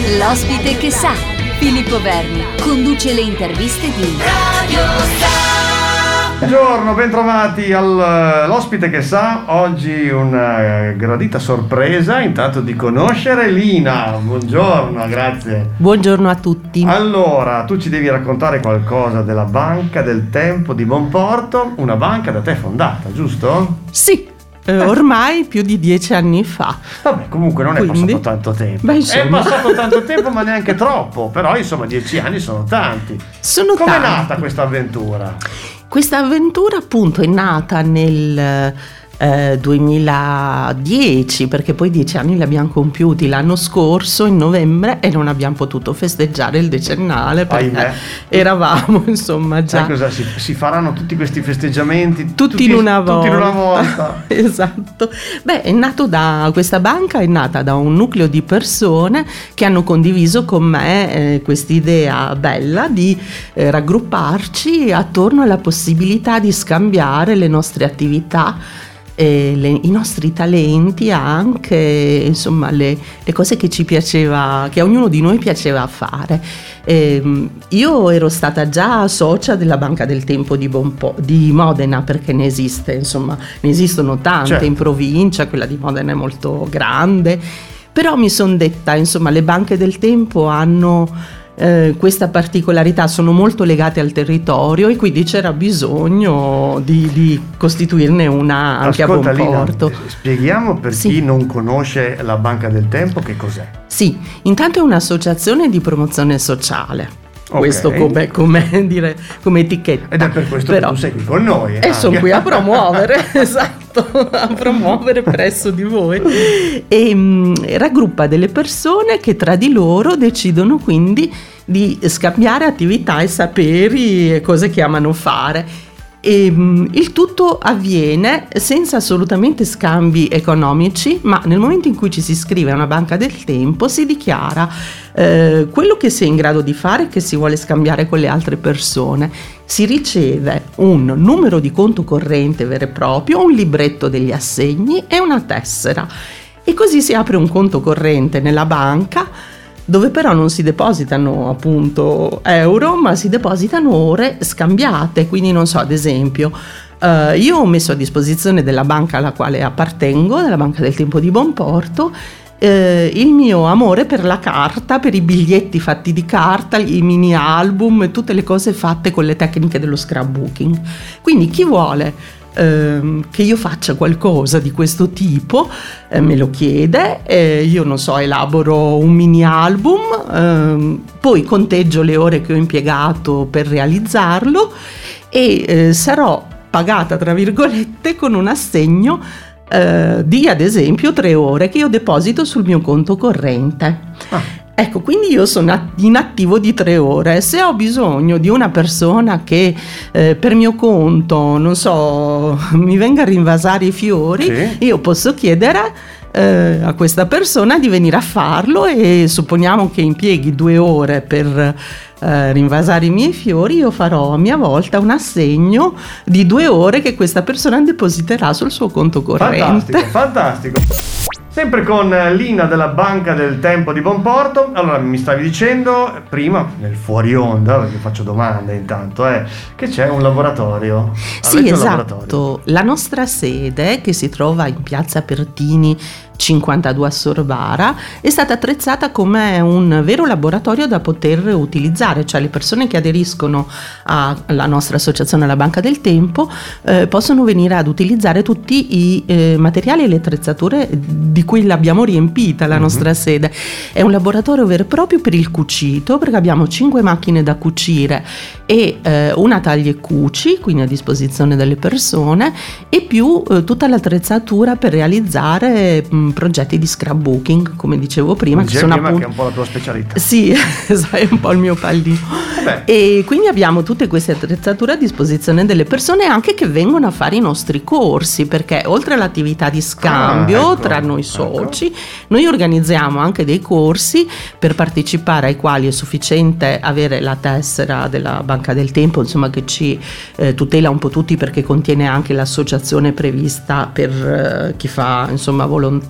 L'ospite che sa. Filippo Verni conduce le interviste di Radio Star. Buongiorno, bentrovati all'ospite che sa. Oggi una gradita sorpresa, intanto di conoscere Lina. Buongiorno, grazie. Buongiorno a tutti. Allora, tu ci devi raccontare qualcosa della Banca del Tempo di Bonporto, una banca da te fondata, giusto? Sì. Ormai più di 10 anni fa. Vabbè, comunque non è passato tanto tempo. Beh, insomma. È passato tanto tempo, ma neanche troppo. Però insomma 10 anni sono tanti. Come è nata questa avventura? Questa avventura appunto è nata nel 2010, perché poi 10 anni li abbiamo compiuti l'anno scorso in novembre e non abbiamo potuto festeggiare il decennale perché eravamo insomma già. Sai cosa si faranno tutti questi festeggiamenti tutti in una volta. Esatto. Beh, questa banca è nata da un nucleo di persone che hanno condiviso con me quest'idea bella di raggrupparci attorno alla possibilità di scambiare le nostre attività, i nostri talenti, anche insomma le cose che ci piaceva, che a ognuno di noi piaceva fare. Io ero stata già socia della Banca del Tempo di Modena, perché ne esistono tante, certo. In provincia, quella di Modena è molto grande, però mi sono detta, insomma, le banche del tempo hanno questa particolarità, sono molto legate al territorio e quindi c'era bisogno di costituirne una anche a Bonporto. Lina, spieghiamo per chi non conosce la Banca del Tempo che cos'è. Sì, intanto è un'associazione di promozione sociale. Okay. Questo come etichetta. Ed è per questo che tu sei qui con noi. E sono qui a promuovere, esatto, a promuovere presso di voi. E raggruppa delle persone che tra di loro decidono quindi di scambiare attività e saperi e cose che amano fare. E il tutto avviene senza assolutamente scambi economici, ma nel momento in cui ci si iscrive a una banca del tempo si dichiara quello che si è in grado di fare e che si vuole scambiare con le altre persone. Si riceve un numero di conto corrente vero e proprio, un libretto degli assegni e una tessera, e così si apre un conto corrente nella banca, dove però non si depositano appunto euro, ma si depositano ore scambiate. Quindi non so, ad esempio, io ho messo a disposizione della banca alla quale appartengo, della Banca del Tempo di Bonporto, il mio amore per la carta, per i biglietti fatti di carta, i mini album e tutte le cose fatte con le tecniche dello scrapbooking. Quindi chi vuole che io faccia qualcosa di questo tipo me lo chiede, io non so, elaboro un mini album, poi conteggio le ore che ho impiegato per realizzarlo e sarò pagata tra virgolette con un assegno di ad esempio 3 ore che io deposito sul mio conto corrente. Ecco, quindi io sono in attivo di 3 ore. Se ho bisogno di una persona che per mio conto, non so, mi venga a rinvasare i fiori, sì, io posso chiedere a questa persona di venire a farlo, e supponiamo che impieghi 2 ore per rinvasare i miei fiori, io farò a mia volta un assegno di 2 ore che questa persona depositerà sul suo conto corrente. Fantastico. Sempre con Lina della Banca del Tempo di Bonporto. Allora, mi stavi dicendo prima, nel fuori onda, perché faccio domande intanto, che c'è un laboratorio. Sì, esatto. La nostra sede, che si trova in Piazza Pertini 52 a Sorbara, è stata attrezzata come un vero laboratorio da poter utilizzare, cioè le persone che aderiscono alla nostra associazione, alla Banca del Tempo, possono venire ad utilizzare tutti i materiali e le attrezzature di cui l'abbiamo riempita la nostra sede. È un laboratorio vero e proprio per il cucito, perché abbiamo 5 macchine da cucire e una taglia e cuci, quindi a disposizione delle persone, e più tutta l'attrezzatura per realizzare progetti di scrapbooking, come dicevo prima, che sono appunto, che è un po' la tua specialità. Sì, è un po' il mio pallino. E quindi abbiamo tutte queste attrezzature a disposizione delle persone, anche che vengono a fare i nostri corsi, perché oltre all'attività di scambio tra noi soci, noi organizziamo anche dei corsi per partecipare, ai quali è sufficiente avere la tessera della Banca del Tempo, insomma, che ci tutela un po' tutti, perché contiene anche l'associazione prevista per chi fa, insomma, volontariato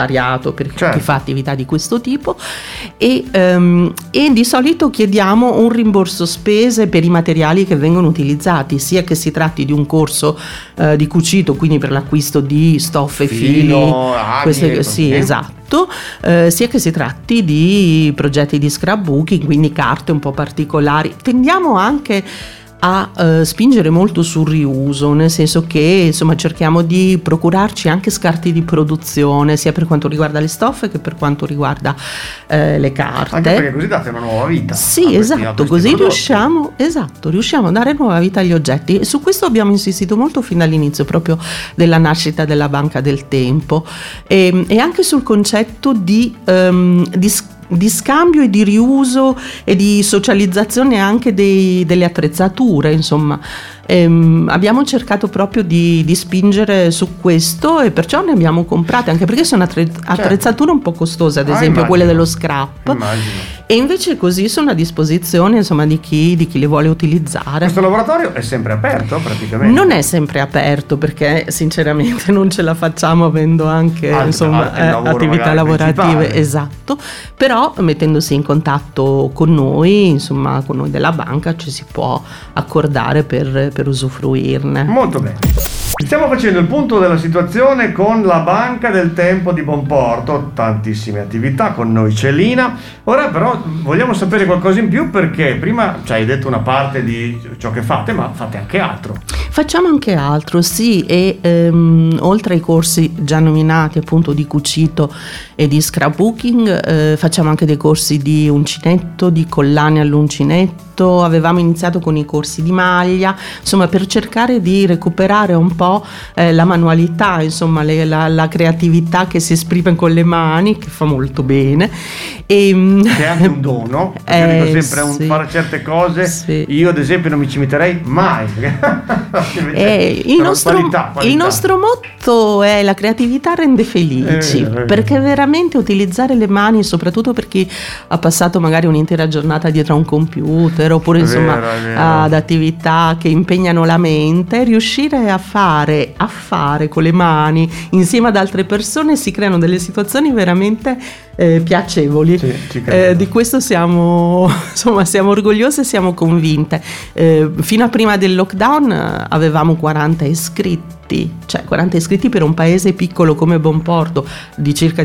volontariato per Certo. chi fa attività di questo tipo, e di solito chiediamo un rimborso spese per i materiali che vengono utilizzati, sia che si tratti di un corso di cucito, quindi per l'acquisto di stoffe, Filo, fili, aghi, sì, così. esatto, sia che si tratti di progetti di scrapbooking, quindi carte un po' particolari. Tendiamo anche a spingere molto sul riuso, nel senso che insomma cerchiamo di procurarci anche scarti di produzione, sia per quanto riguarda le stoffe che per quanto riguarda le carte. Anche perché così date una nuova vita. Sì, esatto, così riusciamo a dare nuova vita agli oggetti, e su questo abbiamo insistito molto fin dall'inizio proprio della nascita della Banca del Tempo, e anche sul concetto di scambio e di riuso e di socializzazione anche delle attrezzature, insomma. Abbiamo cercato proprio di spingere su questo, e perciò ne abbiamo comprate, anche perché sono attrezzature un po' costose, ad esempio immagino. quelle dello scrap. Immagino. E invece così sono a disposizione, insomma, di chi le vuole utilizzare. Questo laboratorio è sempre aperto praticamente? Non è sempre aperto, perché sinceramente non ce la facciamo, avendo anche attività lavorative, esatto, però mettendosi in contatto con noi, insomma con noi della banca, ci si può accordare per usufruirne. Molto bene. Stiamo facendo il punto della situazione con la Banca del Tempo di Bonporto, tantissime attività, con noi c'è Lina. Ora però vogliamo sapere qualcosa in più, perché prima ci hai detto una parte di ciò che fate, ma fate anche altro. Facciamo anche altro, sì, e oltre ai corsi già nominati appunto di cucito e di scrapbooking, facciamo anche dei corsi di uncinetto, di collane all'uncinetto. Avevamo iniziato con i corsi di maglia, insomma, per cercare di recuperare un po' la manualità, insomma la creatività che si esprime con le mani, che fa molto bene. Che è anche un dono, perché io dico sempre sì, fare certe cose, sì. Io ad esempio non mi ci metterei mai. Il nostro motto è: la creatività rende felici, perché veramente utilizzare le mani, soprattutto per chi ha passato magari un'intera giornata dietro a un computer, oppure insomma ad attività che impegnano la mente, riuscire a fare con le mani insieme ad altre persone, si creano delle situazioni veramente piacevoli. Sì, ci credo. Di questo siamo orgogliose e siamo convinte. Fino a prima del lockdown avevamo 40 iscritti, cioè 40 iscritti per un paese piccolo come Bonporto di circa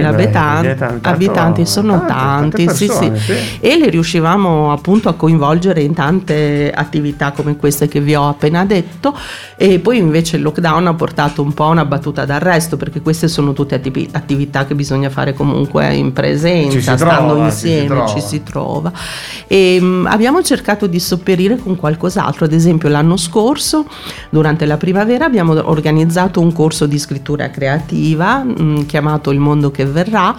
10.000 abitanti, sono tanti, persone, sì. E le riuscivamo appunto a coinvolgere in tante attività come queste che vi ho appena detto. E poi invece il lockdown ha portato un po' una battuta d'arresto, perché queste sono tutte attività che bisogna fare comunque in presenza, stando insieme, ci si trova. E abbiamo cercato di sopperire con qualcos'altro. Ad esempio l'anno scorso, durante la primavera, abbiamo organizzato un corso di scrittura creativa chiamato Il mondo che verrà,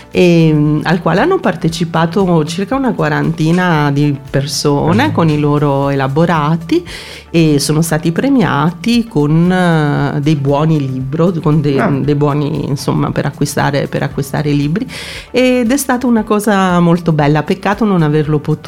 e al quale hanno partecipato circa una quarantina di persone con i loro elaborati, e sono stati premiati con dei buoni libri, con dei buoni, insomma, per acquistare libri, ed è stata una cosa molto bella. Peccato non aver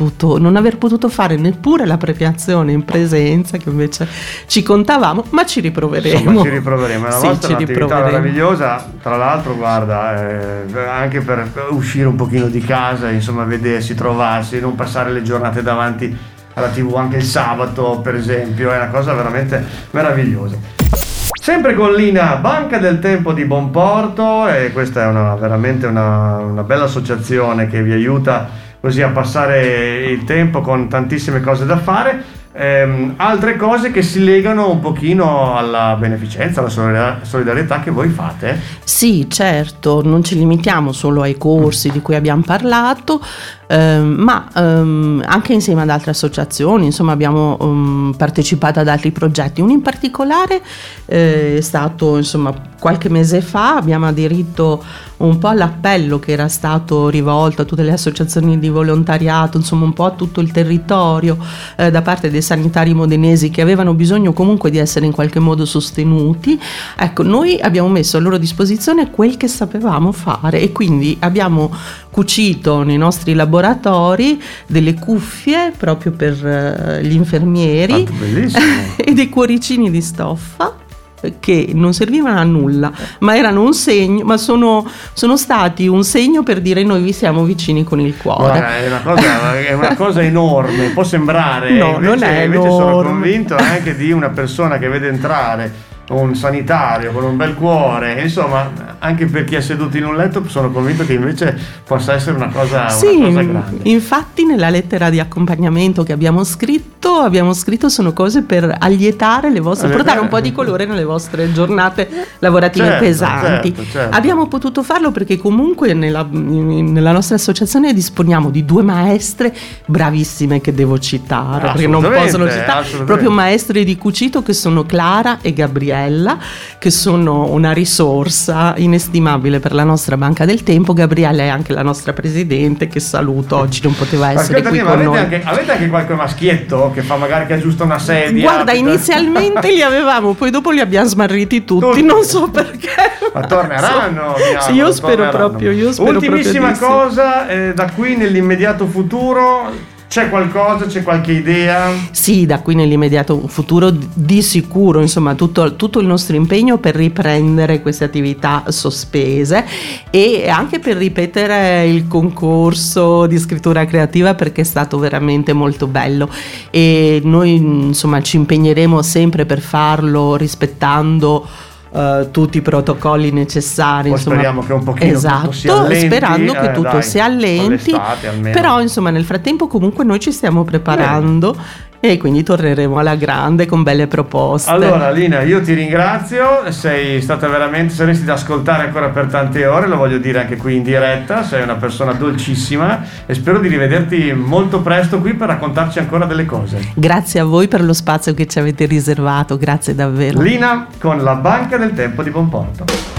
potuto fare neppure la premiazione in presenza, che invece ci contavamo, ma ci riproveremo. Insomma, ci riproveremo. La sì, vostra è un'attività meravigliosa, tra l'altro, guarda, anche per uscire un pochino di casa, insomma, vedersi, trovarsi, non passare le giornate davanti alla TV anche il sabato, per esempio, è una cosa veramente meravigliosa. Sempre con Lina, Banca del Tempo di Bonporto, e questa è veramente una bella associazione che vi aiuta così a passare il tempo con tantissime cose da fare. Altre cose che si legano un pochino alla beneficenza, alla solidarietà che voi fate? Sì, certo, non ci limitiamo solo ai corsi di cui abbiamo parlato, ma anche insieme ad altre associazioni, insomma, abbiamo partecipato ad altri progetti. Uno in particolare è stato, insomma, qualche mese fa abbiamo aderito un po' all'appello che era stato rivolto a tutte le associazioni di volontariato, insomma un po' a tutto il territorio, da parte dei sanitari modenesi, che avevano bisogno comunque di essere in qualche modo sostenuti. Ecco, noi abbiamo messo a loro disposizione quel che sapevamo fare, e quindi abbiamo cucito nei nostri laboratori delle cuffie proprio per gli infermieri, bellissimo. e dei cuoricini di stoffa che non servivano a nulla, ma erano un segno, ma sono stati un segno per dire noi vi siamo vicini con il cuore. Guarda, è una cosa enorme, può sembrare, no, non è invece sono enorme. convinto anche di una persona che vede entrare un sanitario con un bel cuore, insomma, anche per chi è seduto in un letto sono convinto che invece possa essere una cosa grande. Infatti nella lettera di accompagnamento che abbiamo scritto sono cose per allietare le vostre, portare un po' di colore nelle vostre giornate lavorative pesanti. Certo. Abbiamo potuto farlo perché comunque nella nostra associazione disponiamo di 2 maestre bravissime che devo citare, perché non possono citare, proprio maestre di cucito, che sono Clara e Gabriella, che sono una risorsa inestimabile per la nostra Banca del Tempo. Gabriella è anche la nostra presidente, che saluto, oggi non poteva essere qui con noi. Avete anche qualche maschietto che fa magari che aggiusta una sedia? Guarda, inizialmente li avevamo, poi dopo li abbiamo smarriti tutti. Non so perché. Ma torneranno. Io spero proprio. Ultimissima cosa, da qui nell'immediato futuro. C'è qualcosa, c'è qualche idea? Sì, da qui nell'immediato futuro di sicuro, insomma, tutto il nostro impegno per riprendere queste attività sospese e anche per ripetere il concorso di scrittura creativa, perché è stato veramente molto bello e noi insomma ci impegneremo sempre per farlo rispettando tutti i protocolli necessari. Poi speriamo che un pochino tutto si esatto, allenti, sperando che tutto si allenti, però insomma nel frattempo comunque noi ci stiamo preparando e quindi torneremo alla grande con belle proposte. Allora Lina, io ti ringrazio, sei stata veramente, saresti da ascoltare ancora per tante ore, lo voglio dire anche qui in diretta, sei una persona dolcissima e spero di rivederti molto presto qui per raccontarci ancora delle cose. Grazie a voi per lo spazio che ci avete riservato, grazie davvero. Lina con la Banca del Tempo di Bonporto.